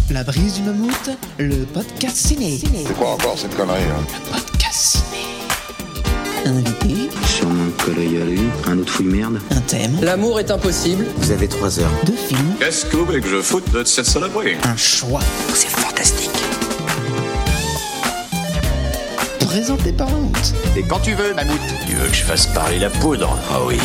La brise du mammouth, le podcast ciné. C'est quoi encore cette connerie hein? Le podcast ciné. Invité. Sûrement que collègue à lui, un autre fouille merde. Un thème. L'amour est impossible. Vous avez 3 heures. 2 films. Qu'est-ce que vous voulez que je foute de cette saloperie? Un choix. C'est fantastique. Présenté par Mammouth. Et quand tu veux, Mammouth. Tu veux que je fasse parler la poudre? Ah oui.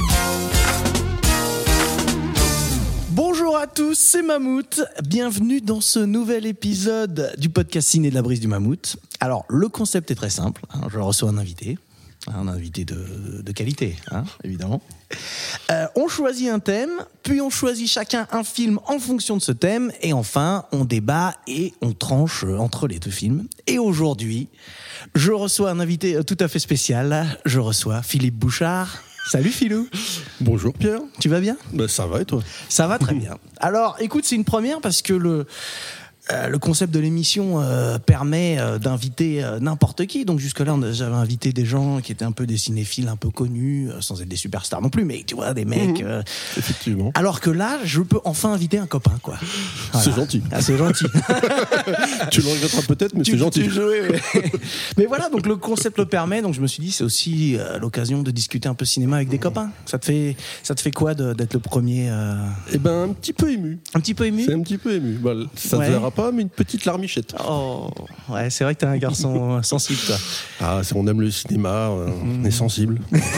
Bonjour à tous, c'est Mammouth. Bienvenue dans ce nouvel épisode du podcast ciné de la brise du mammouth. Alors, le concept est très simple. Je reçois un invité de qualité, évidemment. On choisit un thème, puis on choisit chacun un film en fonction de ce thème, et enfin, on débat et on tranche entre les deux films. Et aujourd'hui, je reçois un invité tout à fait spécial. Je reçois Philippe Bouchard. Salut Philou. Bonjour Pierre. Tu vas bien ? Ça va et toi ? Ça va très bien. Alors écoute, c'est une première parce que le concept de l'émission permet d'inviter n'importe qui. Donc jusque-là, j'avais invité des gens qui étaient un peu des cinéphiles un peu connus, sans être des superstars non plus, mais tu vois, des mecs... Effectivement. Alors que là, je peux enfin inviter un copain, quoi. Voilà. C'est gentil. Ah, c'est gentil. Tu le regretteras peut-être, mais c'est gentil. Mais voilà, donc le concept le permet. Donc je me suis dit, c'est aussi l'occasion de discuter un peu cinéma avec des copains. Ça te fait quoi d'être le premier Eh ben, un petit peu ému. Un petit peu ému. C'est un petit peu ému. Bah, ça ne verra pas, mais une petite larmichette. Oh, ouais, c'est vrai que t'es un garçon sensible, toi. Ah, on aime le cinéma, on est sensible.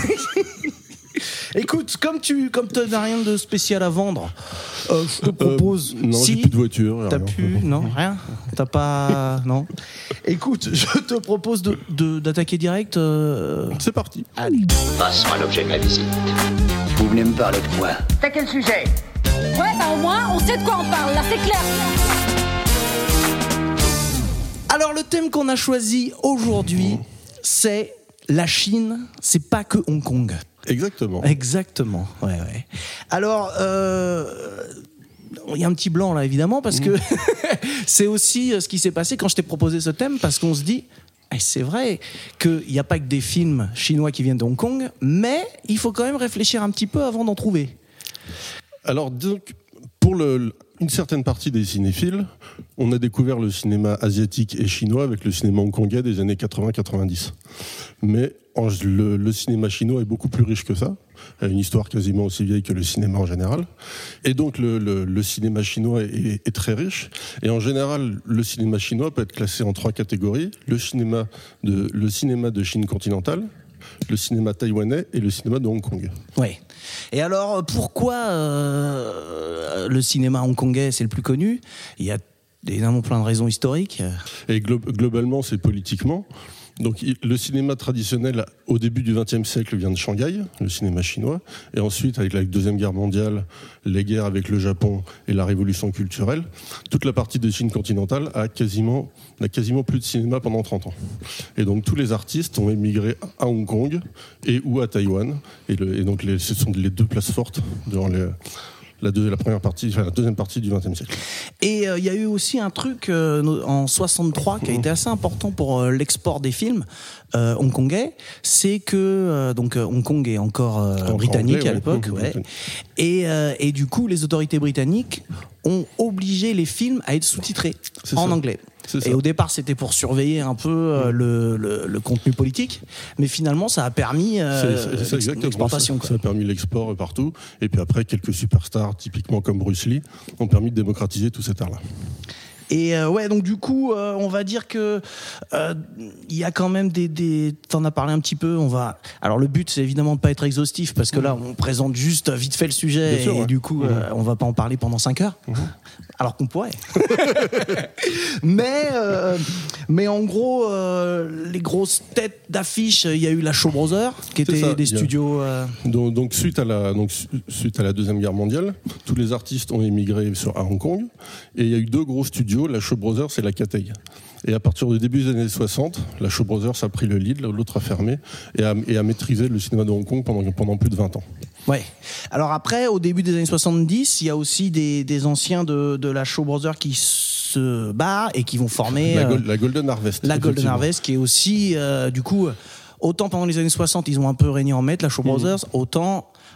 Écoute, comme t'as rien de spécial à vendre, je te propose. Non, j'ai plus de voiture. T'as rien. plus, non, rien. T'as pas, non. Écoute, je te propose d'attaquer direct. C'est parti. Allez. Passe-moi l'objet de la visite. Vous venez me parler de quoi ? T'as quel sujet ? Ouais, au moins, on sait de quoi on parle, là, c'est clair. Alors, le thème qu'on a choisi aujourd'hui, c'est la Chine, c'est pas que Hong Kong. Exactement. Ouais. Alors, il y a un petit blanc là, évidemment, parce que c'est aussi ce qui s'est passé quand je t'ai proposé ce thème, parce qu'on se dit, c'est vrai qu'il n'y a pas que des films chinois qui viennent de Hong Kong, mais il faut quand même réfléchir un petit peu avant d'en trouver. Alors, donc, pour une certaine partie des cinéphiles, on a découvert le cinéma asiatique et chinois avec le cinéma hongkongais des années 80-90. Mais le cinéma chinois est beaucoup plus riche que ça, a une histoire quasiment aussi vieille que le cinéma en général. Et donc le cinéma chinois est très riche. Et en général, le cinéma chinois peut être classé en 3 catégories. Le cinéma de Chine continentale, le cinéma taïwanais et le cinéma de Hong Kong. Ouais. Et alors, pourquoi le cinéma hongkongais, c'est le plus connu ? Il y a évidemment plein de raisons historiques. Et globalement, c'est politiquement. Donc le cinéma traditionnel au début du XXe siècle vient de Shanghai, le cinéma chinois, et ensuite avec la Deuxième Guerre mondiale, les guerres avec le Japon et la révolution culturelle, toute la partie de Chine continentale n'a quasiment plus de cinéma pendant 30 ans. Et donc tous les artistes ont émigré à Hong Kong et ou à Taïwan, et donc ce sont les deux places fortes durant la deuxième partie du XXe siècle. Et il y a eu aussi un truc en 63 qui a été assez important pour l'export des films hongkongais, c'est que Hong Kong est encore britannique anglais, à l'époque, et du coup les autorités britanniques ont obligé les films à être sous-titrés en anglais. Et au départ, c'était pour surveiller un peu le contenu politique, mais finalement, ça a permis l'exportation. Ça a permis l'export partout. Et puis après, quelques superstars, typiquement comme Bruce Lee, ont permis de démocratiser tout cet art-là. Et donc du coup, on va dire que il y a quand même t'en as parlé un petit peu. Alors le but, c'est évidemment de pas être exhaustif parce que là, on présente juste vite fait le sujet et du coup, on va pas en parler pendant 5 heures. Alors qu'on pourrait. mais en gros, les grosses têtes d'affiche, il y a eu la Shaw Brothers, qui étaient des studios. Donc suite à la Deuxième Guerre mondiale, tous les artistes ont émigré à Hong Kong, et il y a eu 2 gros studios, la Shaw Brothers et la Cathay. Et à partir du début des années 60, la Shaw Brothers a pris le lead, l'autre a fermé, et a maîtrisé le cinéma de Hong Kong pendant plus de 20 ans. Ouais. Alors après, au début des années 70, il y a aussi des anciens de la Shaw Brothers qui se barrent et qui vont former la Golden Harvest. La Golden Harvest, qui est aussi, du coup, autant pendant les années 60, ils ont un peu régné en maître, la Shaw Brothers, autant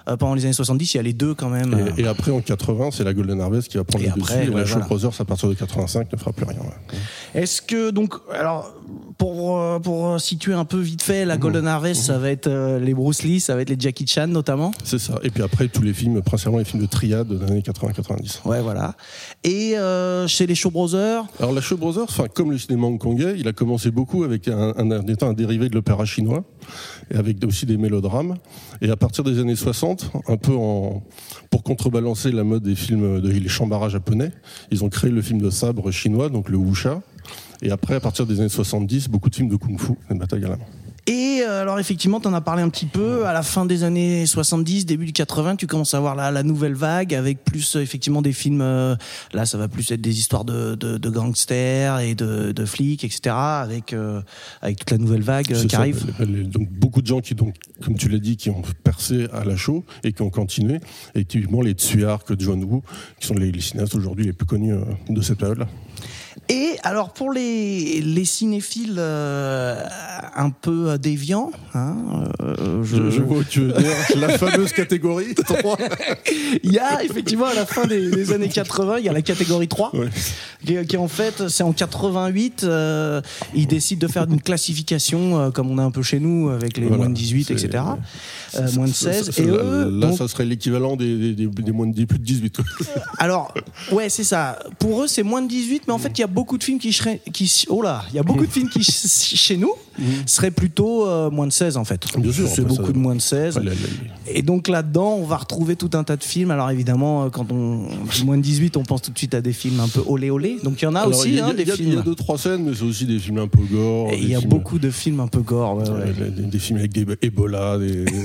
pendant les années 70, il y a les deux quand même. Et après, en 80, c'est la Golden Harvest qui va prendre Et le après, dessus. Et ouais, la Shaw voilà. Brothers, à partir de 85, ne fera plus rien. Ouais. Est-ce que donc, alors pour situer un peu vite fait, la Golden Harvest, ça va être les Bruce Lee, ça va être les Jackie Chan notamment. C'est ça. Et puis après, tous les films, principalement les films de triade des années 80-90. Ouais, voilà. Et chez les Shaw Brothers. Alors la Shaw Brothers, comme le cinéma hongkongais, il a commencé beaucoup avec un dérivé de l'opéra chinois, et avec aussi des mélodrames. Et à partir des années 60, un peu pour contrebalancer la mode des films les chambara japonais, ils ont créé le film de sabre chinois, donc le wuxia. Et après, à partir des années 70, beaucoup de films de kung-fu, de bataille à la main. Et alors effectivement, t'en as parlé un petit peu, à la fin des années 70, début du 80, tu commences à voir la nouvelle vague avec plus effectivement des films, là ça va plus être des histoires de gangsters et de flics, etc. avec toute la nouvelle vague qui arrive. Donc beaucoup de gens qui, donc, comme tu l'as dit, qui ont percé à la Shaw et qui ont continué. Et typiquement les Tsui-hark, John Woo, qui sont les cinéastes aujourd'hui les plus connus de cette période-là. Et alors pour les cinéphiles un peu déviants, hein, Je vois où tu veux dire, la fameuse catégorie 3. il y a effectivement à la fin des années 80, il y a la catégorie 3, ouais. qui en fait, c'est en 88, ils décident de faire une classification comme on a un peu chez nous avec les moins de 18, etc. Moins de 16. Et eux, là, donc, ça serait l'équivalent des plus de 18. alors, ouais, c'est ça. Pour eux, c'est moins de 18, mais en fait, il y a beaucoup de films qui chez nous seraient plutôt moins de 16 en fait. Bien sûr, c'est beaucoup de moins de 16. Et donc là-dedans, on va retrouver tout un tas de films. Alors évidemment, quand on dit moins de 18, on pense tout de suite à des films un peu olé olé. Donc il y en a aussi des films. Il y a 2-3 scènes, mais c'est aussi des films un peu gore. Il y a beaucoup de films un peu gore. Ouais. Des films avec des Ebola,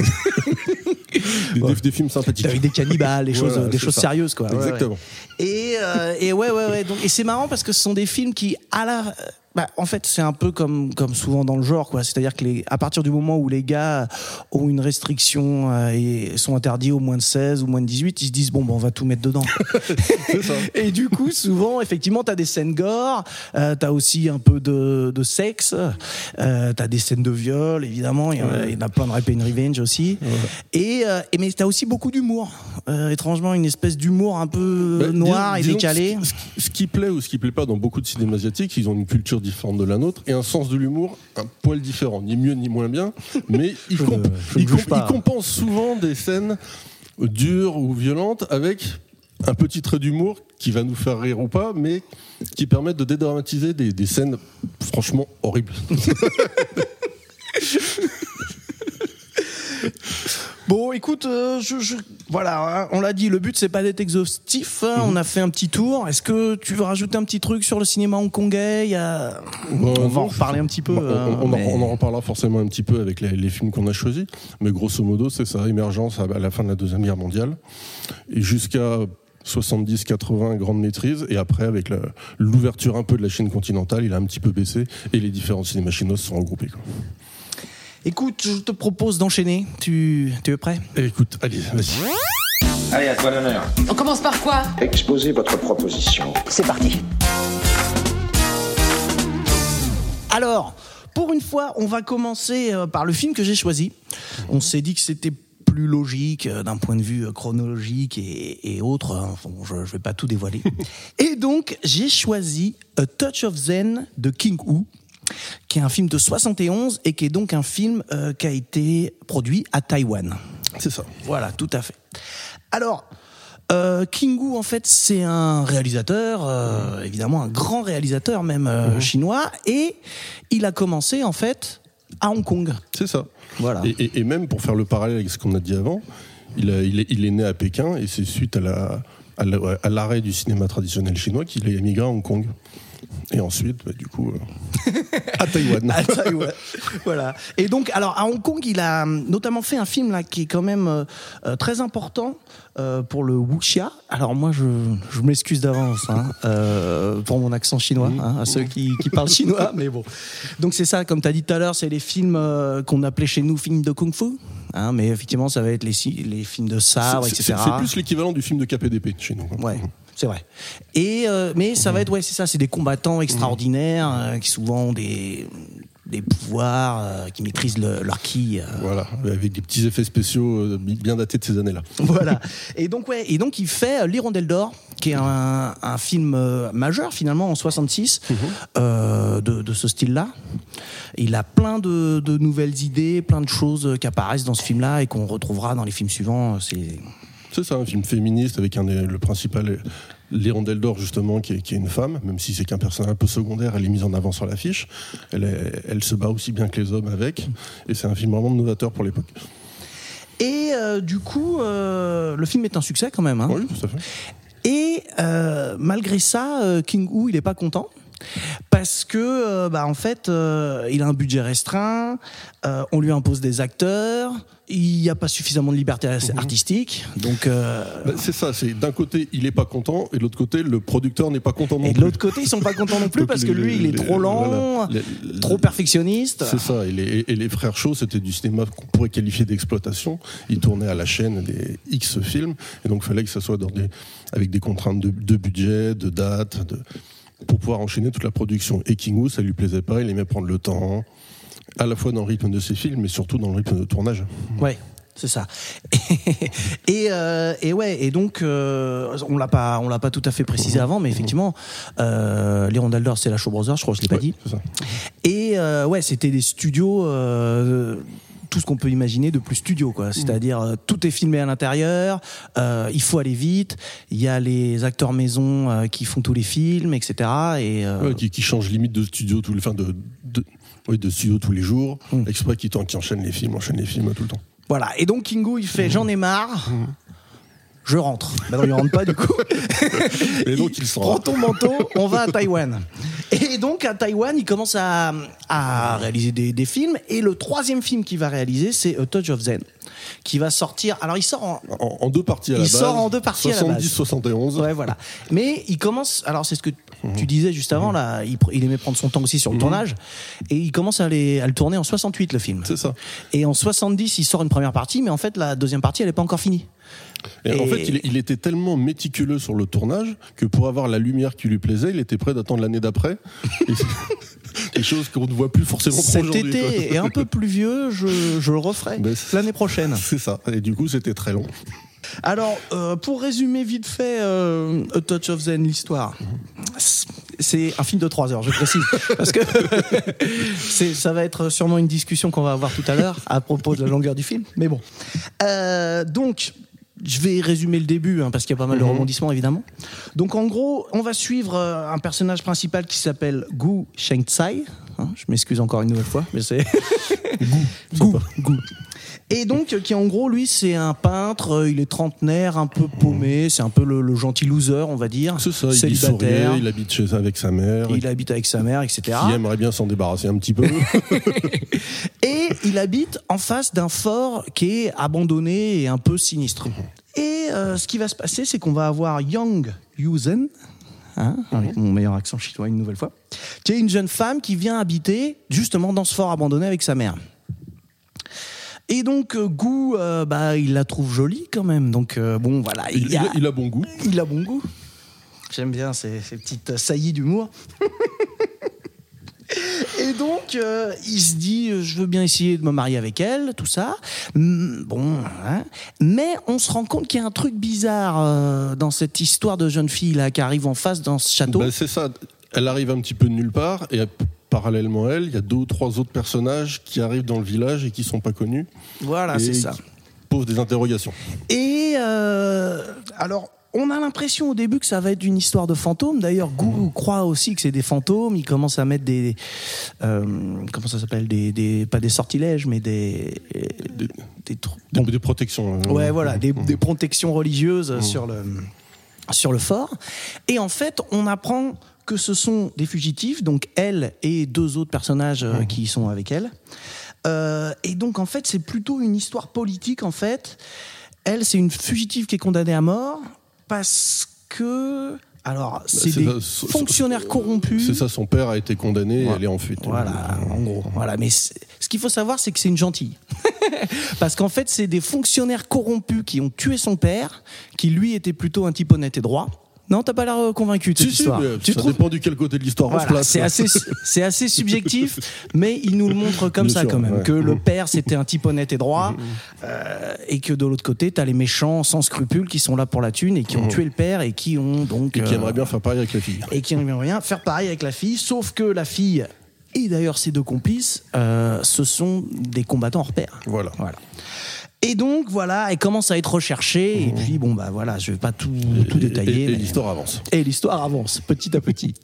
des films sympathiques. Avec des cannibales, des choses sérieuses, quoi. Exactement. Ouais. Et ouais. Donc, et c'est marrant parce que ce sont des films qui, en fait, c'est un peu comme souvent dans le genre, quoi. C'est-à-dire que à partir du moment où les gars ont une restriction et sont interdits au moins de 16 ou moins de 18, ils se disent on va tout mettre dedans. C'est ça. Et du coup, souvent, effectivement, t'as des scènes gore, t'as aussi un peu de sexe, t'as des scènes de viol, évidemment, il y en a plein de Rape and Revenge aussi. Ouais. Mais t'as aussi beaucoup d'humour. Étrangement, une espèce d'humour un peu noir et décalé. Ce qui plaît ou ce qui plaît pas dans beaucoup de cinémas asiatiques, ils ont une culture différente de la nôtre et un sens de l'humour un poil différent, ni mieux ni moins bien, mais ils compensent souvent des scènes dures ou violentes avec un petit trait d'humour qui va nous faire rire ou pas, mais qui permettent de dédramatiser des scènes franchement horribles. Bon, écoute, voilà, hein, on l'a dit, le but c'est pas d'être exhaustif, hein, on a fait un petit tour. Est-ce que tu veux rajouter un petit truc sur le cinéma hongkongais? On va en reparler un petit peu. On en reparlera forcément un petit peu avec les films qu'on a choisis, mais grosso modo, c'est ça, émergence à la fin de la Deuxième Guerre mondiale, et jusqu'à 70-80, grande maîtrise, et après, avec l'ouverture un peu de la Chine continentale, il a un petit peu baissé, et les différents cinémas chinois se sont regroupés, quoi. Écoute, je te propose d'enchaîner. Tu es prêt? Écoute, allez, vas-y. Allez, à toi l'honneur. On commence par quoi? Exposez votre proposition. C'est parti. Alors, pour une fois, on va commencer par le film que j'ai choisi. On s'est dit que c'était plus logique d'un point de vue chronologique et autres. Je ne vais pas tout dévoiler. Et donc, j'ai choisi A Touch of Zen de King Hu, qui est un film de 71 et qui est donc un film qui a été produit à Taïwan. C'est ça. Voilà, tout à fait. Alors, King Hu, en fait, c'est un réalisateur, évidemment un grand réalisateur même chinois, et il a commencé en fait à Hong Kong. C'est ça. Voilà. Et même pour faire le parallèle avec ce qu'on a dit avant, il est né à Pékin et c'est suite à l'arrêt du cinéma traditionnel chinois qu'il est émigré à Hong Kong. Et ensuite, du coup, à Taïwan. À Taïwan. Voilà. Et donc, alors, à Hong Kong, il a notamment fait un film là qui est quand même très important pour le wuxia. Alors moi, je m'excuse d'avance pour mon accent chinois, à ceux qui parlent chinois, mais bon. Donc c'est ça, comme tu as dit tout à l'heure, c'est les films qu'on appelait chez nous films de kung-fu. Mais effectivement, ça va être les films de sabre, etc. C'est plus l'équivalent du film de KPDP chez nous. Ouais. C'est vrai. Et mais ça va être c'est ça, c'est des combattants extraordinaires qui souvent ont des des pouvoirs, qui maîtrisent leur ki. Voilà, avec des petits effets spéciaux bien datés de ces années-là. Voilà. Et donc il fait L'Hirondelle d'Or, qui est un film majeur finalement en 66 de ce style-là. Il a plein de nouvelles idées, plein de choses qui apparaissent dans ce film-là et qu'on retrouvera dans les films suivants. C'est ça, un film féministe avec le principal, l'Hirondelle d'Or justement, qui est une femme, même si c'est qu'un personnage un peu secondaire, elle est mise en avant sur l'affiche. Elle se bat aussi bien que les hommes avec, et c'est un film vraiment novateur pour l'époque. Et du coup, le film est un succès quand même. Hein. Oui, tout à fait. Et malgré ça, King Hu, il est pas content. Parce que, en fait, il a un budget restreint, on lui impose des acteurs, il n'y a pas suffisamment de liberté artistique, donc... c'est ça, c'est d'un côté, il n'est pas content, et de l'autre côté, le producteur n'est pas content non plus. Et de l'autre côté, ils ne sont pas contents non plus, parce que lui, il est trop lent, trop perfectionniste. C'est ça, et les frères Shaw, c'était du cinéma qu'on pourrait qualifier d'exploitation. Ils tournaient à la chaîne des X films, et donc il fallait que ça soit avec des contraintes de budget, de date, pour pouvoir enchaîner toute la production. Et King Hu, ça lui plaisait pas, il aimait prendre le temps, à la fois dans le rythme de ses films, mais surtout dans le rythme de tournage. Ouais, c'est ça. Et donc, on l'a pas tout à fait précisé avant, mais effectivement, l'Hirondelle d'Or, c'est la Shaw Brothers, je crois que je l'ai pas dit. C'est ça. Et c'était des studios... tout ce qu'on peut imaginer de plus studio, quoi. C'est-à-dire tout est filmé à l'intérieur, il faut aller vite, il y a les acteurs maison qui font tous les films, etc. Et qui changent limite de studio de studio tous les jours, exprès qui enchaînent les films tout le temps. Voilà. Et donc King Hu, il fait j'en ai marre. Je rentre. Ben non, il rentre pas du coup. Et donc il prend ton manteau, on va à Taïwan. Et donc à Taïwan, il commence à réaliser des films. Et le troisième film qu'il va réaliser, c'est A Touch of Zen, qui va sortir. Alors il sort en deux parties à la base. Il sort en deux parties à la base. 70-71. Ouais, voilà. Mais il commence. Alors c'est ce que tu disais juste avant là. Il aimait prendre son temps aussi sur le tournage. Et il commence à le tourner en 68 le film. C'est ça. Et en 70, il sort une première partie, mais en fait la deuxième partie, elle est pas encore finie. Et en fait, il était tellement méticuleux sur le tournage que pour avoir la lumière qui lui plaisait, il était prêt d'attendre l'année d'après. Des choses qu'on ne voit plus forcément trop aujourd'hui. Cet été est un peu pluvieux, je le referai l'année prochaine. C'est ça. Et du coup, c'était très long. Alors, pour résumer vite fait A Touch of Zen, l'histoire, c'est un film de 3 heures, je précise, parce que ça va être sûrement une discussion qu'on va avoir tout à l'heure à propos de la longueur du film, mais bon. Donc, je vais résumer le début, parce qu'il y a pas mal de rebondissements, évidemment. Donc, en gros, on va suivre un personnage principal qui s'appelle Gu Shengcai. Je m'excuse encore une nouvelle fois, mais c'est... Gu. Et donc, qui en gros, lui, c'est un peintre, il est trentenaire, un peu paumé, c'est un peu le gentil loser, on va dire. C'est ça, il souriait, il habite avec sa mère. Il habite avec sa mère, etc. Qui aimerait bien s'en débarrasser un petit peu. Et il habite en face d'un fort qui est abandonné et un peu sinistre. Et ce qui va se passer, c'est qu'on va avoir Yang Yuzen, avec mon meilleur accent chinois une nouvelle fois, qui est une jeune femme qui vient habiter justement dans ce fort abandonné avec sa mère. Et donc Gu, il la trouve jolie quand même. Donc bon, voilà. Il a bon goût. Il a bon goût. J'aime bien ces petites saillies d'humour. Et donc il se dit, je veux bien essayer de me marier avec elle, tout ça. Bon, mais on se rend compte qu'il y a un truc bizarre dans cette histoire de jeune fille là qui arrive en face dans ce château. C'est ça. Elle arrive un petit peu de nulle part et parallèlement à elle, il y a 2 ou 3 autres personnages qui arrivent dans le village et qui sont pas connus. Voilà, c'est ça. Qui posent des interrogations. Et alors, on a l'impression au début que ça va être une histoire de fantômes. D'ailleurs, Gu croit aussi que c'est des fantômes. Il commence à mettre des comment ça s'appelle, pas des sortilèges, mais des protections. Ouais, voilà, des protections religieuses sur le fort. Et en fait, on apprend que ce sont des fugitifs, donc elle et 2 autres personnages qui sont avec elle. Et donc, en fait, c'est plutôt une histoire politique, en fait. Elle, c'est une fugitive qui est condamnée à mort parce que... Alors, c'est des fonctionnaires corrompus. C'est ça, son père a été condamné et elle est en fuite. Voilà, en gros. Voilà. Mais ce qu'il faut savoir, c'est que c'est une gentille. Parce qu'en fait, c'est des fonctionnaires corrompus qui ont tué son père, qui lui était plutôt un type honnête et droit. Non, t'as pas l'air convaincu de cette histoire. Ça dépend du quel côté de l'histoire on se place. C'est assez subjectif, mais il nous le montre comme Bien ça sûr, quand même. ouais. Que le père, c'était un type honnête et droit, et que de l'autre côté, t'as les méchants sans scrupules qui sont là pour la thune et qui ont tué le père et qui ont donc... Et qui aimeraient bien faire pareil avec la fille. Et qui aimeraient bien faire pareil avec la fille, sauf que la fille, et d'ailleurs ses deux complices, ce sont des combattants hors pair. Voilà. Et donc voilà, elle commence à être recherchée, et puis bon bah voilà, je vais pas tout détailler. Et l'histoire avance. Et l'histoire avance, petit à petit.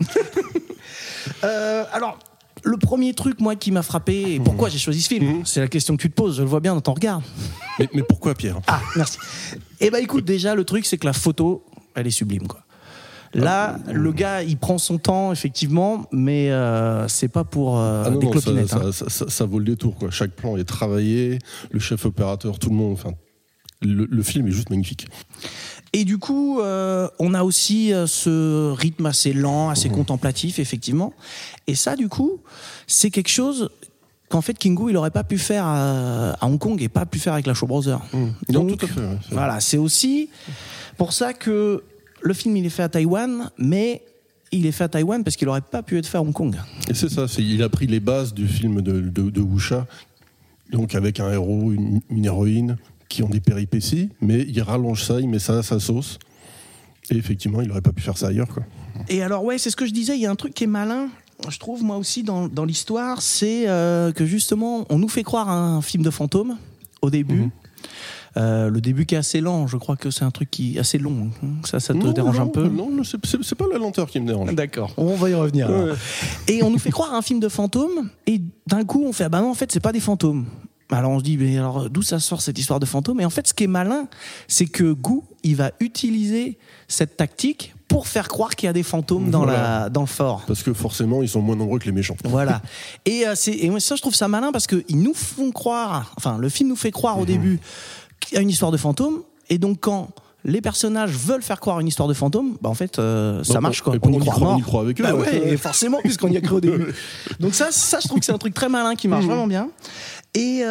Alors, le premier truc, moi, qui m'a frappé, et pourquoi j'ai choisi ce film, c'est la question que tu te poses, je le vois bien dans ton regard. Mais pourquoi, Pierre ? Ah, merci. Eh ben écoute, déjà, le truc, c'est que la photo, elle est sublime, quoi. Là, le gars, il prend son temps, effectivement, mais c'est pas pour des clopinettes. Ça vaut le détour, quoi. Chaque plan est travaillé, le chef opérateur, tout le monde. Enfin, le film est juste magnifique. Et du coup, on a aussi ce rythme assez lent, assez contemplatif, effectivement. Et ça, du coup, c'est quelque chose qu'en fait Kingu il aurait pas pu faire à Hong Kong et pas pu faire avec la Shaw Brothers. Non, Donc, tout à fait. Ouais, voilà, c'est aussi pour ça que le film il est fait à Taïwan, mais il est fait à Taïwan parce qu'il aurait pas pu être fait à Hong Kong. Et c'est ça, il a pris les bases du film de Wuxia, donc avec un héros, une héroïne qui ont des péripéties, mais il rallonge ça, il met ça à sa sauce. Et effectivement, il aurait pas pu faire ça ailleurs, quoi. Et alors ouais, c'est ce que je disais, il y a un truc qui est malin, je trouve moi aussi dans l'histoire, c'est que justement on nous fait croire à un film de fantôme au début. Le début qui est assez lent, je crois que c'est un truc qui est assez long. Ça te dérange un peu ? Non, c'est pas la lenteur qui me dérange. D'accord, on va y revenir. Ouais. Et on nous fait croire à un film de fantômes, et d'un coup on fait ah bah non, en fait c'est pas des fantômes. Alors on se dit mais alors d'où ça sort cette histoire de fantômes ? Et en fait ce qui est malin, c'est que Gu il va utiliser cette tactique pour faire croire qu'il y a des fantômes dans le fort. Parce que forcément, ils sont moins nombreux que les méchants. Voilà. Et ça, je trouve ça malin parce que ils nous font croire, enfin, le film nous fait croire au début qu'il y a une histoire de fantômes, et donc quand les personnages veulent faire croire une histoire de fantômes, bah en fait, ça marche quoi. On y croit avec eux. Bah ouais, forcément, puisqu'on y a cru au début. Donc ça, je trouve que c'est un truc très malin qui marche vraiment bien. Et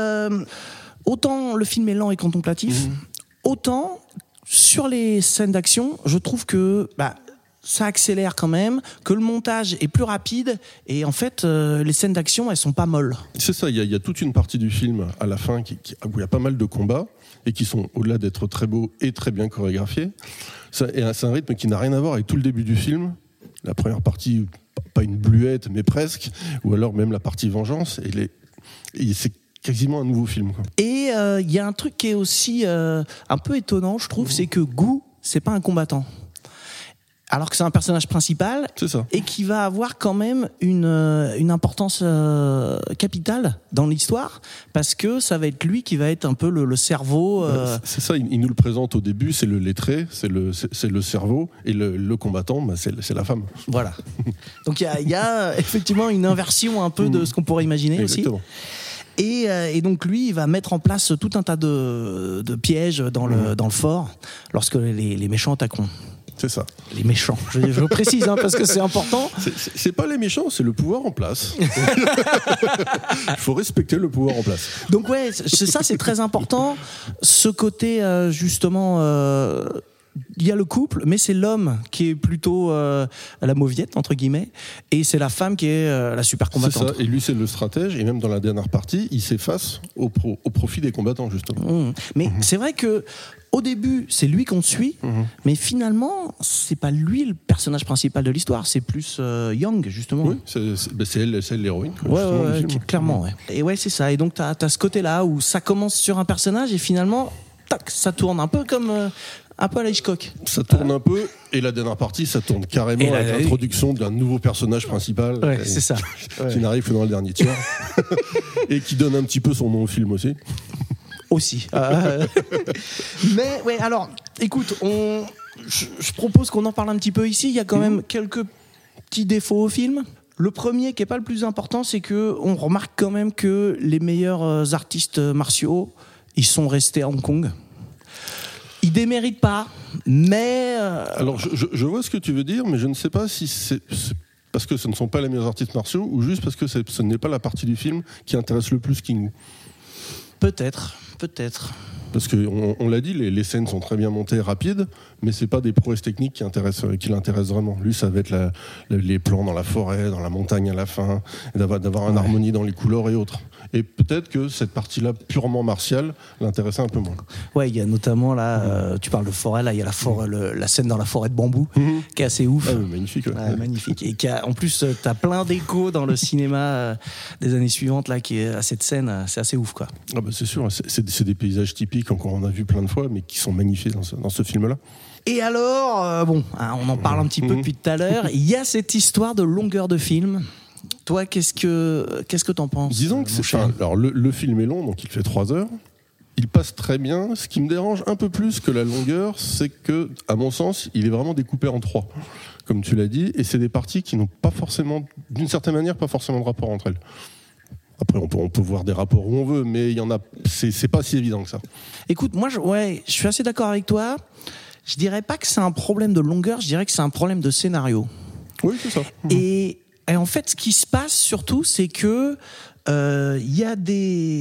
autant le film est lent et contemplatif, autant sur les scènes d'action, je trouve que ça accélère quand même, que le montage est plus rapide, et en fait, les scènes d'action, elles sont pas molles. C'est ça, il y a toute une partie du film à la fin où il y a pas mal de combats, et qui sont, au-delà d'être très beaux et très bien chorégraphiés, c'est un rythme qui n'a rien à voir avec tout le début du film. La première partie, pas une bluette, mais presque, ou alors même la partie vengeance, et c'est quasiment un nouveau film, quoi. Et il y a un truc qui est aussi un peu étonnant, je trouve, c'est que Gu, c'est pas un combattant. Alors que c'est un personnage principal, c'est ça. Et qui va avoir quand même une importance capitale dans l'histoire, parce que ça va être lui qui va être un peu le cerveau. C'est ça, il nous le présente au début, c'est le lettré, c'est le cerveau, et le combattant, c'est la femme. Voilà. Donc il y a effectivement une inversion un peu de ce qu'on pourrait imaginer. Exactement. Aussi. Et donc lui, il va mettre en place tout un tas de pièges dans le fort lorsque les méchants attaqueront. C'est ça. Les méchants. Je précise parce que c'est important. C'est pas les méchants, c'est le pouvoir en place. Il faut respecter le pouvoir en place. Donc ouais, c'est très important. Ce côté justement. Il y a le couple, mais c'est l'homme qui est plutôt la mauviette, entre guillemets, et c'est la femme qui est la super combattante. C'est ça, et lui c'est le stratège, et même dans la dernière partie, il s'efface au profit des combattants, justement. Mais c'est vrai que au début, c'est lui qu'on suit, mais finalement, c'est pas lui le personnage principal de l'histoire, c'est plus Yang, justement. Oui, c'est elle l'héroïne. Ouais, clairement. Ouais. Et ouais, c'est ça. Et donc, t'as ce côté-là où ça commence sur un personnage et finalement, tac, ça tourne un peu comme... un peu à la Hitchcock. Ça tourne un peu, et la dernière partie, ça tourne carrément avec l'introduction d'un nouveau personnage principal. Ouais, c'est ça. Qui n'arrive que dans le dernier tiers. Et qui donne un petit peu son nom au film aussi. Aussi. Mais, ouais, alors, écoute, je propose qu'on en parle un petit peu ici. Il y a quand même quelques petits défauts au film. Le premier, qui n'est pas le plus important, c'est qu'on remarque quand même que les meilleurs artistes martiaux, ils sont restés à Hong Kong. Ils déméritent pas, mais... Alors, je vois ce que tu veux dire, mais je ne sais pas si c'est parce que ce ne sont pas les meilleurs artistes martiaux ou juste parce que ce n'est pas la partie du film qui intéresse le plus Kingu. Peut-être. Parce qu'on l'a dit, les scènes sont très bien montées, rapides, mais c'est pas des prouesses techniques qui l'intéressent vraiment. Lui, ça va être les plans dans la forêt, dans la montagne à la fin, et d'avoir une harmonie dans les couleurs et autres. Et peut-être que cette partie-là, purement martiale, l'intéressait un peu moins. Ouais, il y a notamment là, tu parles de forêt, là, il y a la forêt, la scène dans la forêt de bambou, qui est assez ouf. Ah, magnifique. Ouais. Magnifique. Et en plus, t'as plein d'échos dans le cinéma des années suivantes là, qui est à cette scène, c'est assez ouf, quoi. Ah bah c'est sûr, c'est des paysages typiques, encore on a vu plein de fois, mais qui sont magnifiés dans ce film-là. Et alors, on en parle un petit peu depuis tout à l'heure, il y a cette histoire de longueur de film. Toi, qu'est-ce que t'en penses? Disons que alors le film est long, donc il fait 3 heures. Il passe très bien. Ce qui me dérange un peu plus que la longueur, c'est que, à mon sens, il est vraiment découpé en 3, comme tu l'as dit, et c'est des parties qui n'ont pas forcément, d'une certaine manière, pas forcément de rapport entre elles. Après, on peut voir des rapports où on veut, mais il y en a. C'est pas si évident que ça. Écoute, moi, je suis assez d'accord avec toi. Je dirais pas que c'est un problème de longueur, je dirais que c'est un problème de scénario. Oui, c'est ça. Et en fait, ce qui se passe surtout, c'est que y a des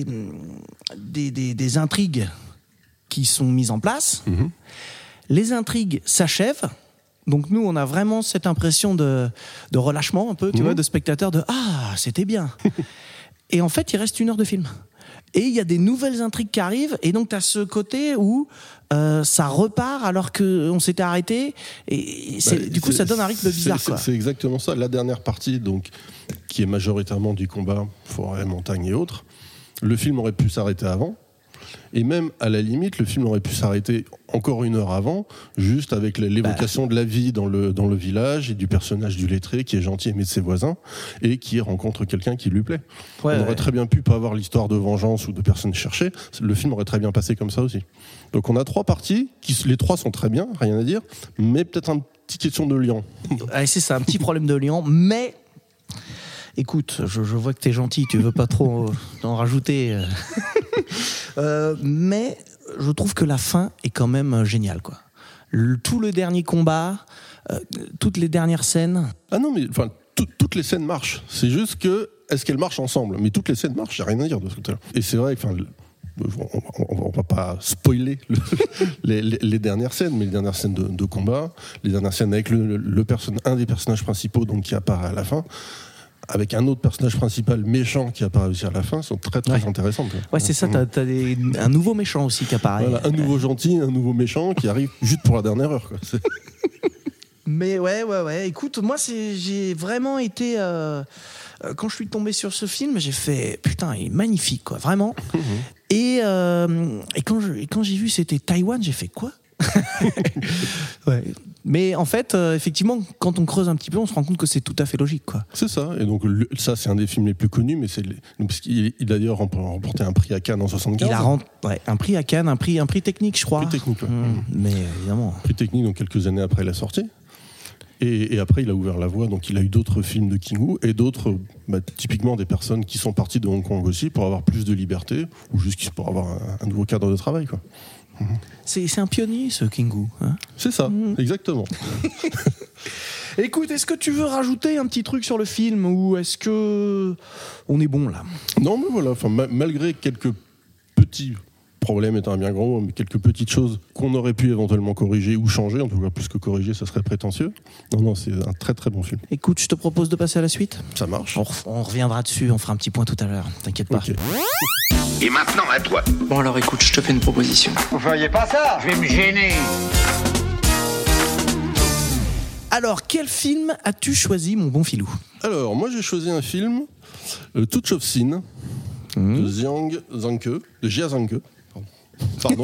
intrigues qui sont mises en place. Les intrigues s'achèvent. Donc nous, on a vraiment cette impression de relâchement un peu, tu vois, de spectateur, de « Ah, c'était bien !» Et en fait, il reste 1 heure de film. Et il y a des nouvelles intrigues qui arrivent, et donc tu as ce côté où ça repart alors qu'on s'était arrêté, et du coup ça donne un rythme bizarre. C'est exactement ça. La dernière partie, donc, qui est majoritairement du combat, forêt, montagne et autres, le film aurait pu s'arrêter avant. Et même, à la limite, le film aurait pu s'arrêter encore 1 heure avant, juste avec l'évocation de la vie dans le village et du personnage du lettré qui est gentil, aimé de ses voisins, et qui rencontre quelqu'un qui lui plaît. On aurait très bien pu pas avoir l'histoire de vengeance ou de personnes cherchées. Le film aurait très bien passé comme ça aussi. Donc on a 3 parties, les 3 sont très bien, rien à dire, mais peut-être une petite question de liant. C'est ça, un petit problème de liant, mais... Écoute, je vois que t'es gentil, tu veux pas trop en rajouter. Mais je trouve que la fin est quand même géniale, quoi. Tout le dernier combat, toutes les dernières scènes. Ah non, mais enfin, toutes les scènes marchent. C'est juste que, est-ce qu'elles marchent ensemble? Mais toutes les scènes marchent, j'ai rien à dire de ce côté-là. Et c'est vrai que, on va pas spoiler les dernières scènes, mais les dernières scènes de combat, les dernières scènes avec un des personnages principaux, donc, qui apparaît à la fin, avec un autre personnage principal méchant qui apparaît aussi à la fin, sont très très intéressantes. Ouais, c'est ça, t'as un nouveau méchant aussi qui apparaît. Voilà, un nouveau gentil, un nouveau méchant qui arrive juste pour la dernière heure, quoi. Mais ouais. Écoute, moi, j'ai vraiment été... quand je suis tombé sur ce film, j'ai fait... Putain, il est magnifique, quoi, vraiment. Et quand j'ai vu c'était Taïwan, j'ai fait quoi? Ouais. Mais en fait, effectivement, quand on creuse un petit peu, on se rend compte que c'est tout à fait logique, quoi. C'est ça. Et donc, ça, c'est un des films les plus connus, mais parce qu'il a d'ailleurs remporté un prix à Cannes en 75. Il a un prix à Cannes, un prix technique, je crois. Prix technique, ouais. Mais évidemment. Prix technique, donc quelques années après la sortie. Et après, il a ouvert la voie, donc il a eu d'autres films de King-Woo et d'autres, typiquement des personnes qui sont parties de Hong Kong aussi pour avoir plus de liberté ou juste pour avoir un nouveau cadre de travail, quoi. C'est un pionnier, ce King-Woo, hein. C'est ça, exactement. Écoute, est-ce que tu veux rajouter un petit truc sur le film ou est-ce que on est bon là? Non, mais voilà, malgré quelques petits problèmes étant un bien gros, mais quelques petites choses qu'on aurait pu éventuellement corriger ou changer, en tout cas plus que corriger, ça serait prétentieux. Non, c'est un très très bon film. Écoute, je te propose de passer à la suite. Ça marche. On reviendra dessus, on fera un petit point tout à l'heure, t'inquiète pas. Okay. Et maintenant, à toi. Bon alors écoute, je te fais une proposition. Vous voyez pas ça? Je vais me gêner. Alors, quel film as-tu choisi, mon bon filou? Alors, moi j'ai choisi un film, Touch of Sin, de Jia Zhangke. Pardon.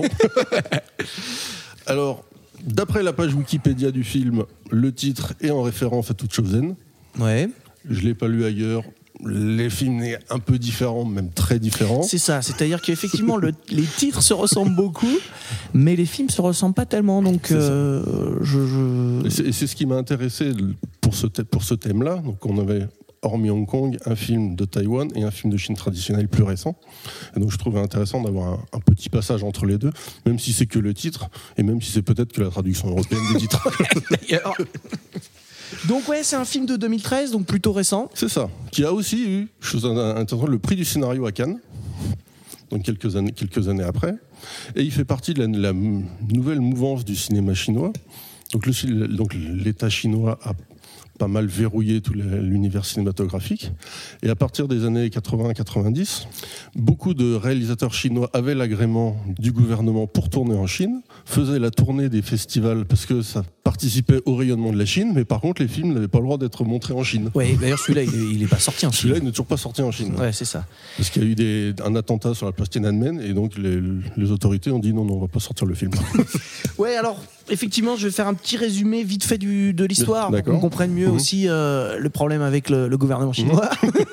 Alors, d'après la page Wikipédia du film, le titre est en référence à Touch of Zen. Ouais. Je l'ai pas lu ailleurs. Les films sont un peu différents, même très différents. C'est ça, c'est-à-dire qu'effectivement les titres se ressemblent beaucoup, mais les films se ressemblent pas tellement. Donc, Et c'est ce qui m'a intéressé pour ce thème-là. Donc, on avait, hormis Hong Kong, un film de Taïwan et un film de Chine traditionnelle plus récent. Et donc, je trouvais intéressant d'avoir un petit passage entre les deux, même si c'est que le titre, et même si c'est peut-être que la traduction européenne des titres. D'ailleurs. Donc ouais, c'est un film de 2013, donc plutôt récent. C'est ça, qui a aussi eu, chose intéressante, le prix du scénario à Cannes. donc quelques années après. Et il fait partie de la nouvelle mouvance du cinéma chinois. Donc l'État chinois a pas mal verrouillé tout l'univers cinématographique. Et à partir des années 80-90, beaucoup de réalisateurs chinois avaient l'agrément du gouvernement pour tourner en Chine, faisaient la tournée des festivals parce que ça participait au rayonnement de la Chine, mais par contre les films n'avaient pas le droit d'être montrés en Chine. Ouais, d'ailleurs celui-là il n'est pas sorti en Chine. Celui-là il n'est toujours pas sorti en Chine. Ouais, c'est ça. Parce qu'il y a eu un attentat sur la place Tiananmen et donc les autorités ont dit non, on va pas sortir le film. Ouais, alors effectivement, je vais faire un petit résumé vite fait de l'histoire pour D'accord. qu'on comprenne mieux aussi le problème avec le gouvernement chinois.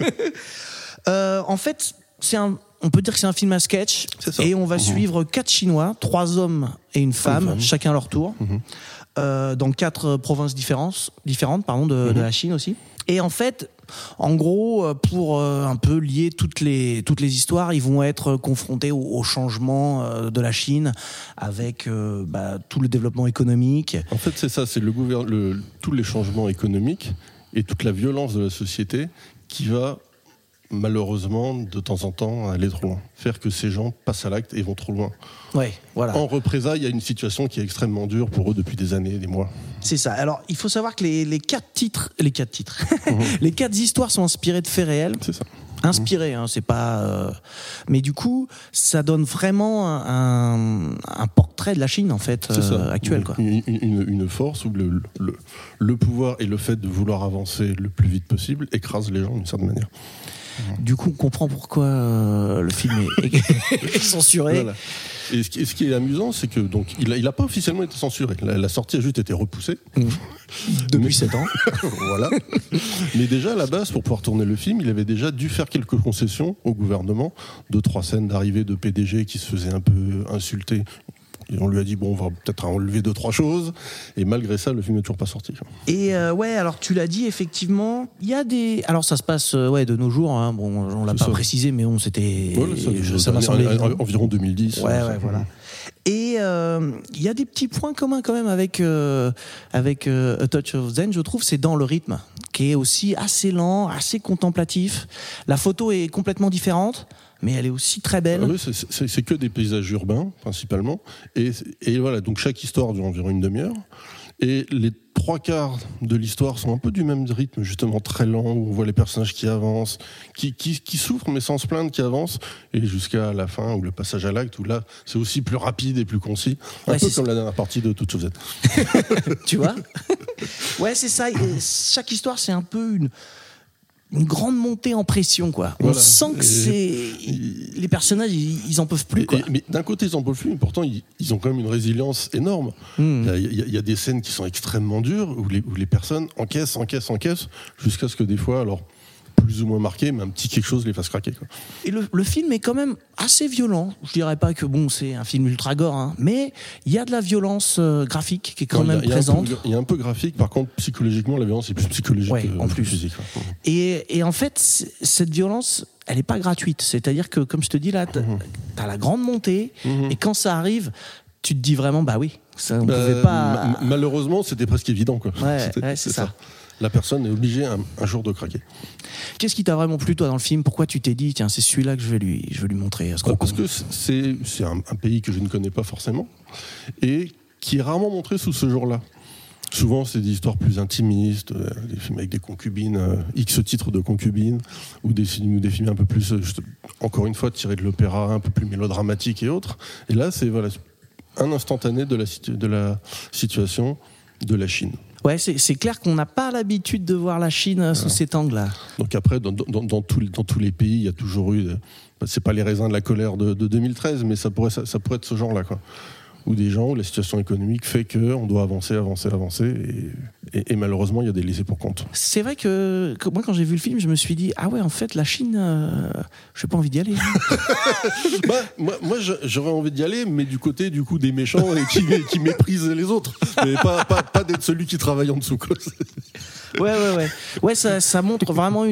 En fait, on peut dire que c'est un film à sketch et on va suivre 4 Chinois, 3 hommes et une femme, chacun à leur tour, dans 4 provinces différentes de la Chine aussi. Et en fait, en gros, pour un peu lier toutes les histoires, ils vont être confrontés au changement de la Chine avec tout le développement économique. En fait, c'est ça, c'est tous les changements économiques et toute la violence de la société qui va malheureusement de temps en temps aller trop loin, faire que ces gens passent à l'acte et vont trop loin. Ouais, voilà. En représailles, il y a une situation qui est extrêmement dure pour eux depuis des années, des mois. C'est ça. Alors, il faut savoir que les 4 titres, les 4 histoires sont inspirées de faits réels. C'est ça. Inspirées, c'est pas. Mais du coup, ça donne vraiment un portrait de la Chine en fait actuelle, quoi. Une force où le pouvoir et le fait de vouloir avancer le plus vite possible écrase les gens d'une certaine manière. Du coup, on comprend pourquoi le film est censuré. Voilà. Et ce qui est amusant, c'est que donc il a pas officiellement été censuré. La sortie a juste été repoussée. Depuis 7 ans. Voilà. Mais déjà, à la base, pour pouvoir tourner le film, il avait déjà dû faire quelques concessions au gouvernement. 2-3 scènes d'arrivée de PDG qui se faisaient un peu insulter. Et on lui a dit, bon, on va peut-être enlever 2-3 choses. Et malgré ça, le film n'est toujours pas sorti. Et alors tu l'as dit, effectivement, il y a des... Alors ça se passe de nos jours, bon, on l'a pas précisé, mais c'était... ça m'a semblé environ 2010. Ouais, voilà. Et il y a des petits points communs quand même avec A Touch of Zen, je trouve, c'est dans le rythme, qui est aussi assez lent, assez contemplatif. La photo est complètement différente, mais elle est aussi très belle. Oui, c'est que des paysages urbains, principalement. Et voilà, donc chaque histoire dure environ une demi-heure. Et les 3/4 de l'histoire sont un peu du même rythme, justement très lent, où on voit les personnages qui avancent, qui souffrent, mais sans se plaindre, qui avancent, et jusqu'à la fin, ou le passage à l'acte, où là, c'est aussi plus rapide et plus concis. Un peu comme la dernière partie de Toute chose Z. Tu vois ? Ouais, c'est ça. Et chaque histoire, c'est un peu une grande montée en pression, quoi. On sent que les personnages, ils en peuvent plus, quoi. Mais d'un côté, ils en peuvent plus, mais pourtant, ils ont quand même une résilience énorme. Il y a des scènes qui sont extrêmement dures, où les personnes encaissent, jusqu'à ce que des fois, alors plus ou moins marqué, mais un petit quelque chose les fasse craquer, quoi. Et le film est quand même assez violent. Je dirais pas que c'est un film ultra gore, mais il y a de la violence graphique qui est quand même présente. Il y a un peu graphique, par contre, psychologiquement, la violence est plus psychologique en plus. Physique. Et en fait, cette violence, elle est pas gratuite. C'est-à-dire que, comme je te dis là, t'as la grande montée, et quand ça arrive, tu te dis vraiment, ça, on pouvait pas. Malheureusement, c'était presque évident, quoi. Ouais, c'est ça. La personne est obligée un jour de craquer. Qu'est-ce qui t'a vraiment plu, toi, dans le film ? Pourquoi tu t'es dit, tiens, c'est celui-là que je vais lui montrer ? Parce que c'est un pays que je ne connais pas forcément et qui est rarement montré sous ce jour-là. Souvent, c'est des histoires plus intimistes, des films avec des concubines, X titres de concubines, ou des films un peu plus, encore une fois, tirés de l'opéra, un peu plus mélodramatique et autres. Et là, c'est un instantané de la situation de la Chine. Ouais, c'est clair qu'on n'a pas l'habitude de voir la Chine sous cet angle-là. Donc après, dans tous les pays, il y a toujours eu... c'est pas les raisins de la colère de 2013, mais ça pourrait être ce genre-là, quoi. Où des gens, où la situation économique fait qu'on doit avancer, et malheureusement, il y a des laissés pour compte. C'est vrai que moi, quand j'ai vu le film, je me suis dit, en fait, la Chine, j'ai pas envie d'y aller. Moi, j'aurais envie d'y aller, mais du côté, des méchants et qui méprisent les autres. Mais pas d'être celui qui travaille en dessous, quoi. Ouais, ça montre vraiment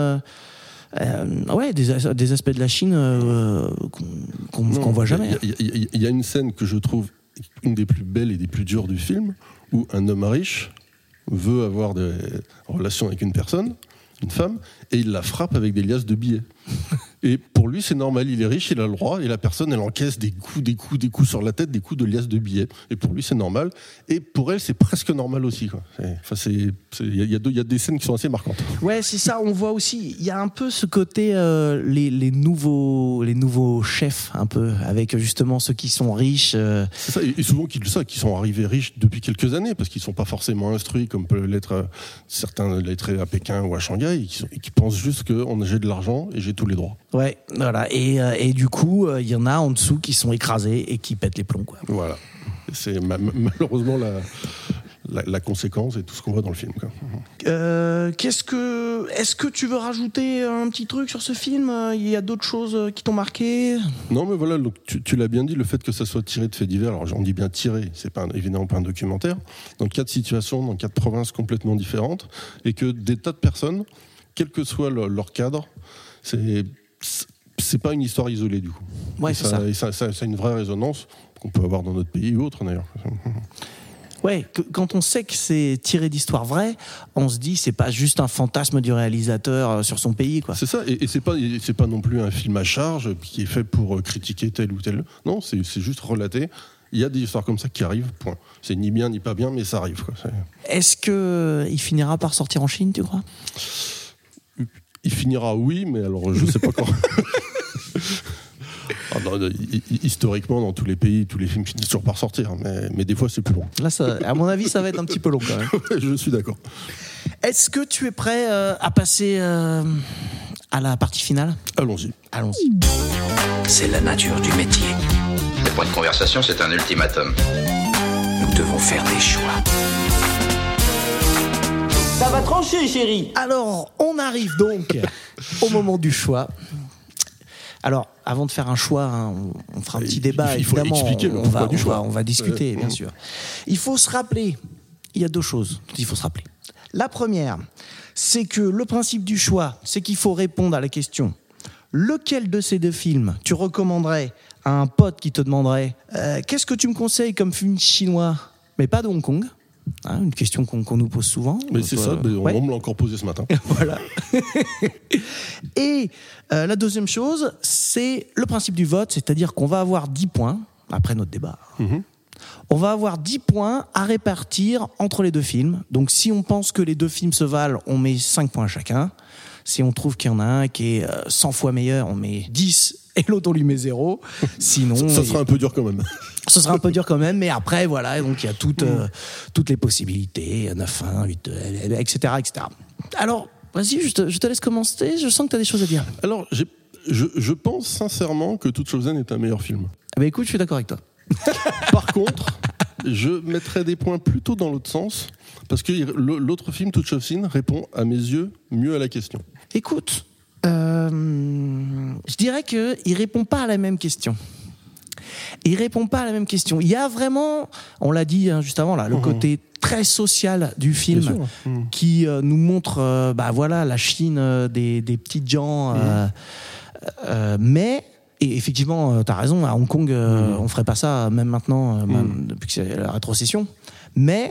des aspects de la Chine qu'on voit jamais. Il y a une scène que je trouve une des plus belles et des plus dures du film, où un homme riche veut avoir des relations avec une personne, une femme, et il la frappe avec des liasses de billets. Et pour lui, c'est normal. Il est riche, il a le droit, et la personne, elle encaisse des coups sur la tête, des coups de liasse de billets. Et pour lui, c'est normal. Et pour elle, c'est presque normal aussi, quoi. Il y a des scènes qui sont assez marquantes. Ouais, c'est ça. On voit aussi, il y a un peu ce côté les nouveaux chefs, un peu, avec justement ceux qui sont riches. C'est ça, et souvent qui sont arrivés riches depuis quelques années, parce qu'ils sont pas forcément instruits comme peuvent l'être certains lettrés à Pékin ou à Shanghai, et qui pensent juste que j'ai de l'argent et j'ai tous les droits. Ouais, voilà. Et du coup, il y en a en dessous qui sont écrasés et qui pètent les plombs, quoi. Voilà. C'est malheureusement la conséquence et tout ce qu'on voit dans le film, quoi. Est-ce que tu veux rajouter un petit truc sur ce film ? Il y a d'autres choses qui t'ont marqué ? Non, mais voilà, donc tu l'as bien dit, le fait que ça soit tiré de faits divers, alors on dit bien tiré, c'est évidemment pas un documentaire, dans 4 situations, dans 4 provinces complètement différentes, et que des tas de personnes, quel que soit leur cadre, c'est pas une histoire isolée, du coup. Ouais, c'est ça. Et ça a une vraie résonance qu'on peut avoir dans notre pays ou autre, d'ailleurs. Ouais, quand on sait que c'est tiré d'histoires vraies, on se dit c'est pas juste un fantasme du réalisateur sur son pays, quoi. C'est ça, et c'est pas non plus un film à charge qui est fait pour critiquer tel ou tel. Non, c'est juste relaté. Il y a des histoires comme ça qui arrivent, point. C'est ni bien ni pas bien, mais ça arrive, quoi. Est-ce qu'il finira par sortir en Chine, tu crois ? Il finira, oui, mais alors je sais pas quand. Historiquement, dans tous les pays, tous les films finissent toujours par sortir, mais des fois c'est plus long. Là, à mon avis, ça va être un petit peu long quand même. Je suis d'accord. Est-ce que tu es prêt à passer à la partie finale ? Allons-y. C'est la nature du métier. Le point de conversation, c'est un ultimatum. Nous devons faire des choix. Ça va trancher, chérie. Alors, on arrive donc au moment du choix. Alors, avant de faire un choix, hein, on fera un petit débat. Il faut évidemment. expliquer le pourquoi du choix. On va discuter, bien sûr. Il faut se rappeler, il y a 2 choses dont il faut se rappeler. La première, c'est que le principe du choix, c'est qu'il faut répondre à la question lequel de ces 2 films tu recommanderais à un pote qui te demanderait qu'est-ce que tu me conseilles comme film chinois, mais pas de Hong Kong. Hein, une question qu'on nous pose souvent. Mais c'est ça, on me l'a encore posé ce matin. Voilà. Et la deuxième chose, c'est le principe du vote, c'est-à-dire qu'on va avoir 10 points, après notre débat. Mm-hmm. On va avoir 10 points à répartir entre les 2 films. Donc si on pense que les 2 films se valent, on met 5 points chacun. Si on trouve qu'il y en a un qui est 100 fois meilleur, on met 10 et l'autre on lui met 0. Sinon, ça sera un peu dur quand même. Ce sera un peu dur quand même, mais après, voilà, donc il y a toutes les possibilités, 9-1, 8-2, etc., etc. Alors, vas-y, je te laisse commencer, je sens que tu as des choses à dire. Alors, je pense sincèrement que Touchofsen est un meilleur film. Ah bah écoute, je suis d'accord avec toi. Par contre, je mettrais des points plutôt dans l'autre sens, parce que l'autre film, Touchofsen, répond, à mes yeux, mieux à la question. Écoute, je dirais qu'il répond pas à la même question. Il répond pas à la même question. Il y a vraiment, on l'a dit juste avant là, le côté très social du film qui nous montre, voilà, la Chine des petites gens, mais et effectivement, t'as raison, à Hong Kong, on ferait pas ça même maintenant, même depuis que c'est la rétrocession. Mais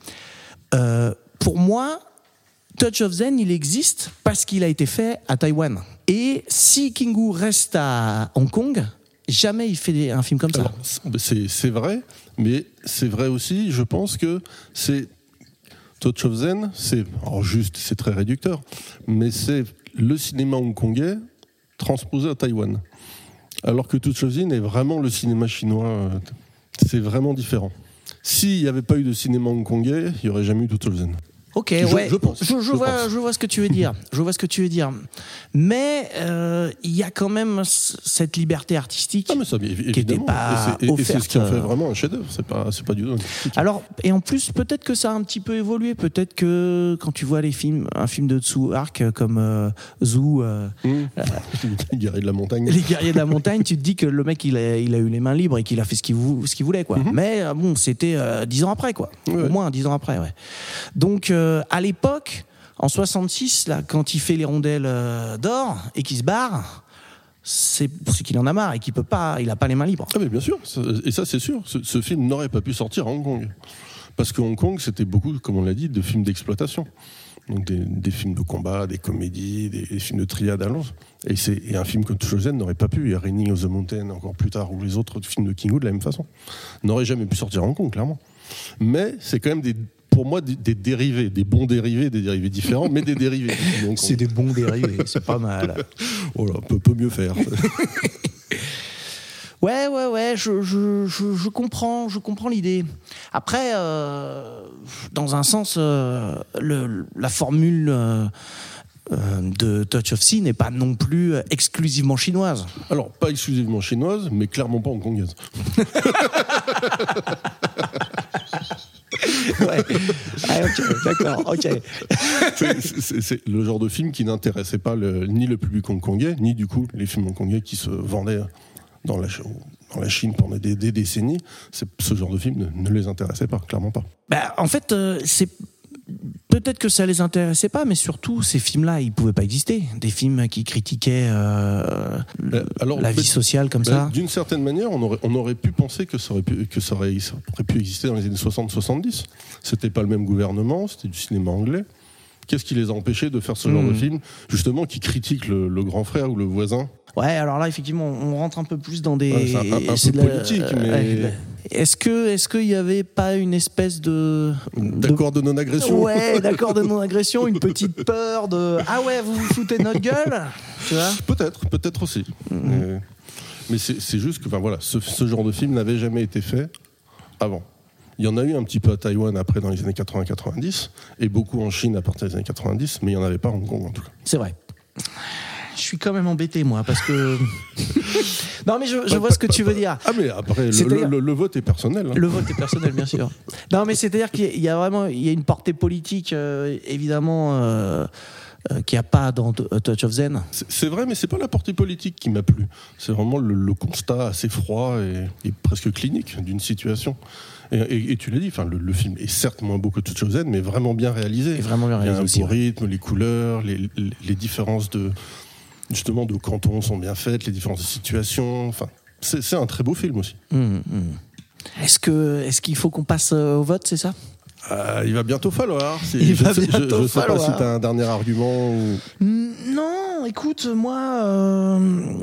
pour moi, Touchofsen, il existe parce qu'il a été fait à Taïwan. Et si King-Gu reste à Hong Kong, jamais il fait un film comme ça. Alors, c'est vrai, mais c'est vrai aussi, je pense que c'est Touchofsen, c'est très réducteur, mais c'est le cinéma hongkongais transposé à Taïwan. Alors que Touchofsen est vraiment le cinéma chinois, c'est vraiment différent. S'il n'y avait pas eu de cinéma hongkongais, il n'y aurait jamais eu Touchofsen. Ok, je pense. Je vois ce que tu veux dire. Je vois ce que tu veux dire. Mais il y a quand même cette liberté artistique qui n'était pas offerte. Et c'est ce qui en fait vraiment un chef-d'œuvre. C'est pas du tout. Alors, et en plus, peut-être que ça a un petit peu évolué. Peut-être que quand tu vois un film de Tsui Hark comme Zoo, les guerriers de la montagne. Les guerriers de la montagne, tu te dis que le mec il a eu les mains libres et qu'il a fait ce qu'il voulait, quoi. Mais bon, c'était 10 ans après, quoi. Ouais. Au moins 10 ans après, ouais. Donc à l'époque, en 66, là, quand il fait les rondelles d'or et qu'il se barre, c'est qu'il en a marre et il a pas les mains libres. Ah mais bien sûr, et ça c'est sûr. Ce film n'aurait pas pu sortir à Hong Kong Parce que Hong Kong, c'était beaucoup, comme on l'a dit, de films d'exploitation. Donc des films de combat, des comédies, des films de triade à Londres. Et un film comme Chosen n'aurait pas pu, et Raining of the Mountain encore plus tard, ou les autres films de King Wu de la même façon, n'aurait jamais pu sortir à Hong Kong, clairement. Mais c'est quand même pour moi des dérivés, des bons dérivés, des dérivés différents, mais des dérivés. C'est des bons dérivés, c'est pas mal. Oh là, on peut mieux faire. Ouais, je comprends l'idée. Après, dans un sens, la formule de Touch of Sin n'est pas non plus exclusivement chinoise. Alors, pas exclusivement chinoise, mais clairement pas hongkongaise. Ouais. Ah, ok, d'accord, ok. C'est le genre de film qui n'intéressait pas ni le public hongkongais, ni du coup les films hongkongais qui se vendaient dans la Chine pendant des décennies. Ce genre de film ne les intéressait pas, clairement pas. Bah, en fait, c'est peut-être que ça les intéressait pas, mais surtout ces films-là, ils pouvaient pas exister. Des films qui critiquaient la vie sociale comme ça. D'une certaine manière, on aurait pu penser que ça aurait pu exister dans les années 60-70. C'était pas le même gouvernement, c'était du cinéma anglais. Qu'est-ce qui les a empêchés de faire ce genre de film, justement, qui critique le grand frère ou le voisin? Ouais, alors là, effectivement, on rentre un peu plus dans des... c'est un peu politique, mais... Est-ce qu'il y avait pas une espèce d'accord de non-agression? Ouais, d'accord de non-agression, une petite peur de... Ah ouais, vous vous foutez de notre gueule, tu vois? Peut-être aussi. Mais c'est juste que, voilà, ce genre de film n'avait jamais été fait avant. Il y en a eu un petit peu à Taïwan après dans les années 80-90, et beaucoup en Chine à partir des années 90, mais il n'y en avait pas à Hong Kong en tout cas. C'est vrai. Je suis quand même embêté, moi, parce que... Non, mais je vois ce que tu veux dire. Ah, mais après, le vote est personnel. Hein. Le vote est personnel, bien sûr. Non, mais c'est-à-dire qu'il y a une portée politique, évidemment... qu'il n'y a pas dans Touch of Zen. C'est vrai, mais c'est pas la portée politique qui m'a plu. C'est vraiment le constat assez froid et presque clinique d'une situation. Et tu l'as dit, le film est certes moins beau que Touch of Zen, mais vraiment bien réalisé. Et vraiment bien réalisé aussi. Le rythme, les couleurs, les différences de cantons sont bien faites, les différences de situation. Enfin, c'est un très beau film aussi. Est-ce qu'il faut qu'on passe au vote, c'est ça? Il va bientôt falloir. Je ne sais pas si tu as un dernier argument. Non, écoute, moi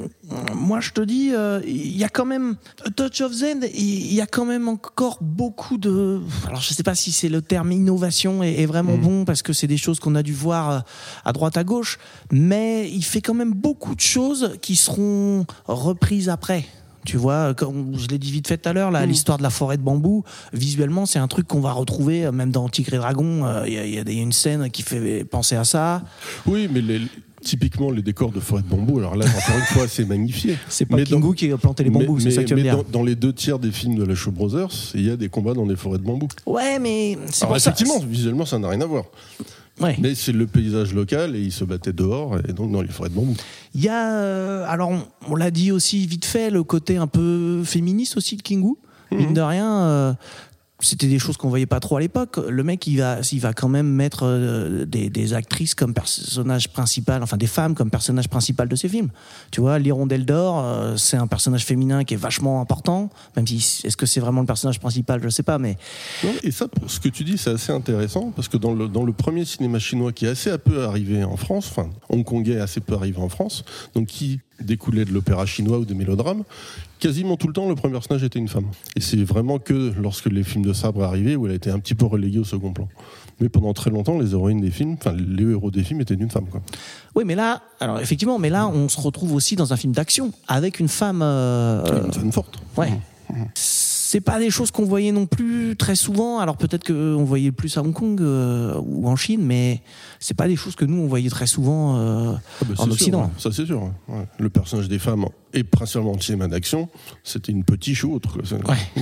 je te dis, il y a quand même Touch of Zen, il y a quand même encore beaucoup de... Alors je ne sais pas si c'est le terme innovation est vraiment bon, parce que c'est des choses qu'on a dû voir à droite à gauche, mais il fait quand même beaucoup de choses qui seront reprises après. Tu vois, comme je l'ai dit vite fait tout à l'heure, là, l'histoire de la forêt de bambou, visuellement, c'est un truc qu'on va retrouver même dans Tigre et Dragon. Il y a une scène qui fait penser à ça. Oui, mais typiquement, les décors de forêt de bambou, alors là, encore une fois, c'est magnifié. C'est pas King Wu qui a planté les bambous, c'est ça que tu veux dire. Dans les 2/3 des films de la Shaw Brothers, il y a des combats dans des forêts de bambou. Ouais, mais c'est alors, pour ça. Effectivement, visuellement, ça n'a rien à voir. Ouais. Mais c'est le paysage local et ils se battaient dehors et donc dans les forêts de bambou. Il y a, alors on l'a dit aussi vite fait, le côté un peu féministe aussi de King Wu. Mine de rien, c'était des choses qu'on voyait pas trop à l'époque. Le mec, il va quand même mettre des actrices comme personnages principales, enfin des femmes comme personnages principales de ses films. Tu vois, l'Hirondelle d'Or, c'est un personnage féminin qui est vachement important, même si est-ce que c'est vraiment le personnage principal, je sais pas, mais... Non, et ça, ce que tu dis, c'est assez intéressant, parce que dans le premier cinéma chinois qui est assez peu arrivé en France, enfin, hongkongais assez peu arrivé en France, donc qui découlait de l'opéra chinois ou des mélodrames, quasiment tout le temps, le premier personnage était une femme. Et c'est vraiment que lorsque les films de sabre arrivaient où elle a été un petit peu reléguée au second plan. Mais pendant très longtemps, les héroïnes des films, enfin les héros des films étaient d'une femme, quoi. Oui, mais là, alors effectivement, on se retrouve aussi dans un film d'action avec une femme. Une femme forte. Ouais. C'est pas des choses qu'on voyait non plus très souvent. Alors peut-être qu'on voyait plus à Hong Kong ou en Chine, mais c'est pas des choses que nous on voyait très souvent en Occident. Sûr, ça c'est sûr. Ouais. Le personnage des femmes, et principalement en cinéma d'action, c'était une petite chouette. Ouais.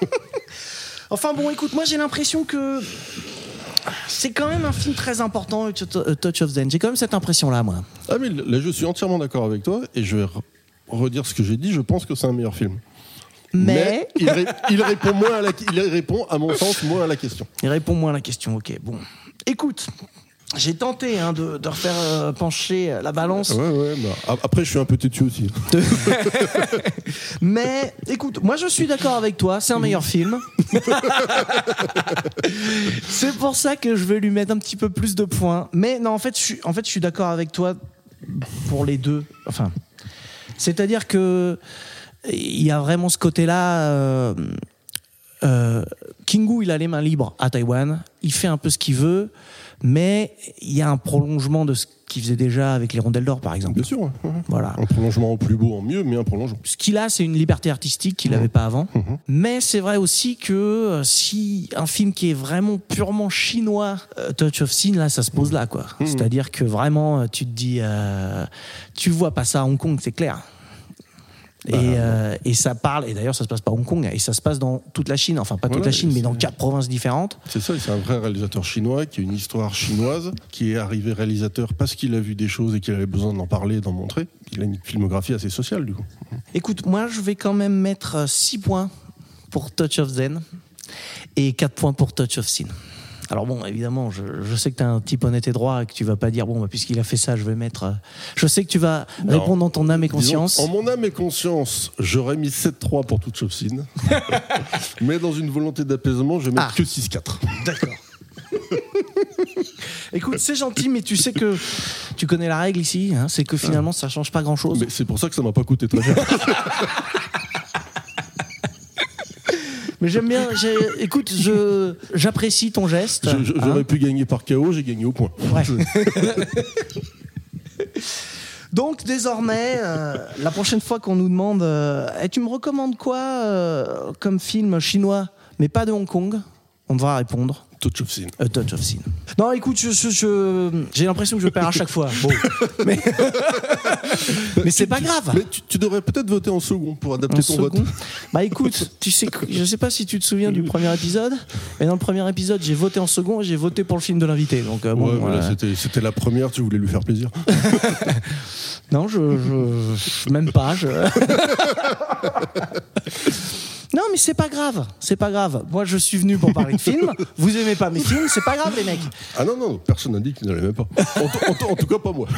Enfin bon, écoute, moi j'ai l'impression que c'est quand même un film très important, Touch of Zen. J'ai quand même cette impression-là, moi. Ah mais là, je suis entièrement d'accord avec toi, et je vais redire ce que j'ai dit. Je pense que c'est un meilleur film. Mais il répond à mon sens moins à la question. Il répond moins à la question, ok. Bon, écoute, J'ai tenté de refaire pencher la balance. Ouais, après je suis un peu têtu aussi. Mais écoute, moi je suis d'accord avec toi, c'est un meilleur film. C'est pour ça que je vais lui mettre un petit peu plus de points. Mais non, en fait, je suis d'accord avec toi pour les deux. Enfin, c'est-à-dire que il y a vraiment ce côté-là. Kingu, il a les mains libres à Taïwan. Il fait un peu ce qu'il veut, mais il y a un prolongement de ce qu'il faisait déjà avec les Rondelles d'Or, par exemple. Bien sûr. Ouais. Voilà. Un prolongement en plus beau, en mieux, mais un prolongement. Ce qu'il a, c'est une liberté artistique qu'il n'avait pas avant. Mais c'est vrai aussi que si un film qui est vraiment purement chinois, Touch of Sin, là, ça se pose là, quoi. C'est-à-dire que vraiment, tu te dis, tu vois pas ça à Hong Kong, c'est clair. Et ça parle, et d'ailleurs ça se passe pas à Hong Kong, et ça se passe dans toute la Chine, enfin pas toute la Chine, mais dans 4 provinces différentes. C'est ça, c'est un vrai réalisateur chinois qui a une histoire chinoise, qui est arrivé réalisateur parce qu'il a vu des choses et qu'il avait besoin d'en parler, d'en montrer. Il a une filmographie assez sociale du coup. Écoute, moi je vais quand même mettre 6 points pour Touch of Zen et 4 points pour Touch of Sin. Alors bon, évidemment, je sais que tu es un type honnête et droit et que tu vas pas dire, bon, bah, puisqu'il a fait ça, je vais mettre... Je sais que tu vas répondre en ton âme et conscience. Disons, en mon âme et conscience, j'aurais mis 7-3 pour Touch of Sin. Mais dans une volonté d'apaisement, je vais mettre que 6-4. D'accord. Écoute, c'est gentil, mais tu sais que tu connais la règle ici, hein, c'est que finalement, ça change pas grand-chose. Mais c'est pour ça que ça m'a pas coûté très cher. Mais j'aime bien, écoute, j'apprécie ton geste. J'aurais pu gagner par KO, j'ai gagné au point. Ouais. Donc désormais, la prochaine fois qu'on nous demande tu me recommandes quoi comme film chinois, mais pas de Hong Kong, on devra répondre Touch of Sin. Touch of Sin. Non, écoute, j'ai l'impression que je perds à chaque fois. Bon. Mais c'est pas grave. Mais tu devrais peut-être voter en second pour adapter ton vote. Bah écoute, tu sais, je sais pas si tu te souviens du premier épisode, mais dans le premier épisode, j'ai voté en second et j'ai voté pour le film de l'invité. Donc bon, voilà, c'était la première, tu voulais lui faire plaisir. Non, même pas. Non, mais c'est pas grave. Moi, je suis venu pour parler de films. Vous aimez pas mes films, c'est pas grave, les mecs. Ah non, personne n'a dit qu'il ne l'aimait pas. En tout cas, pas moi.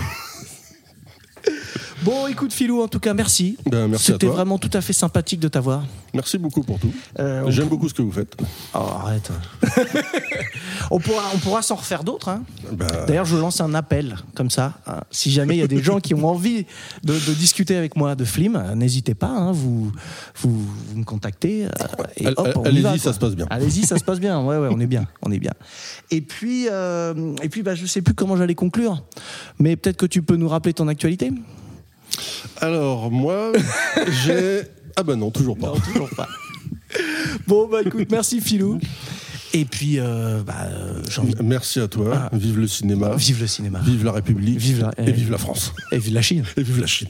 Bon, écoute, Philou, en tout cas, merci. Merci à toi. C'était vraiment tout à fait sympathique de t'avoir. Merci beaucoup pour tout. J'aime beaucoup ce que vous faites. Oh, arrête. on pourra s'en refaire d'autres. Hein. D'ailleurs, je lance un appel comme ça. Hein. Si jamais il y a des gens qui ont envie de discuter avec moi de film, n'hésitez pas. Hein, vous me contactez. Et hop, allez-y, ça se passe bien. Allez-y, ça se passe bien. Ouais, on est bien. Et puis, je sais plus comment j'allais conclure. Mais peut-être que tu peux nous rappeler ton actualité. Alors, moi, j'ai... Ah bah non, toujours pas. Non, toujours pas. Bon, bah écoute, merci Philou. Et puis, j'ai envie... Merci à toi. Vive le cinéma. Vive le cinéma. Vive la République. Et vive la France. Et vive la Chine. Et vive la Chine.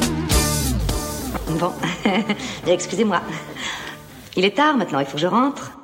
Bon, excusez-moi. Il est tard maintenant, il faut que je rentre.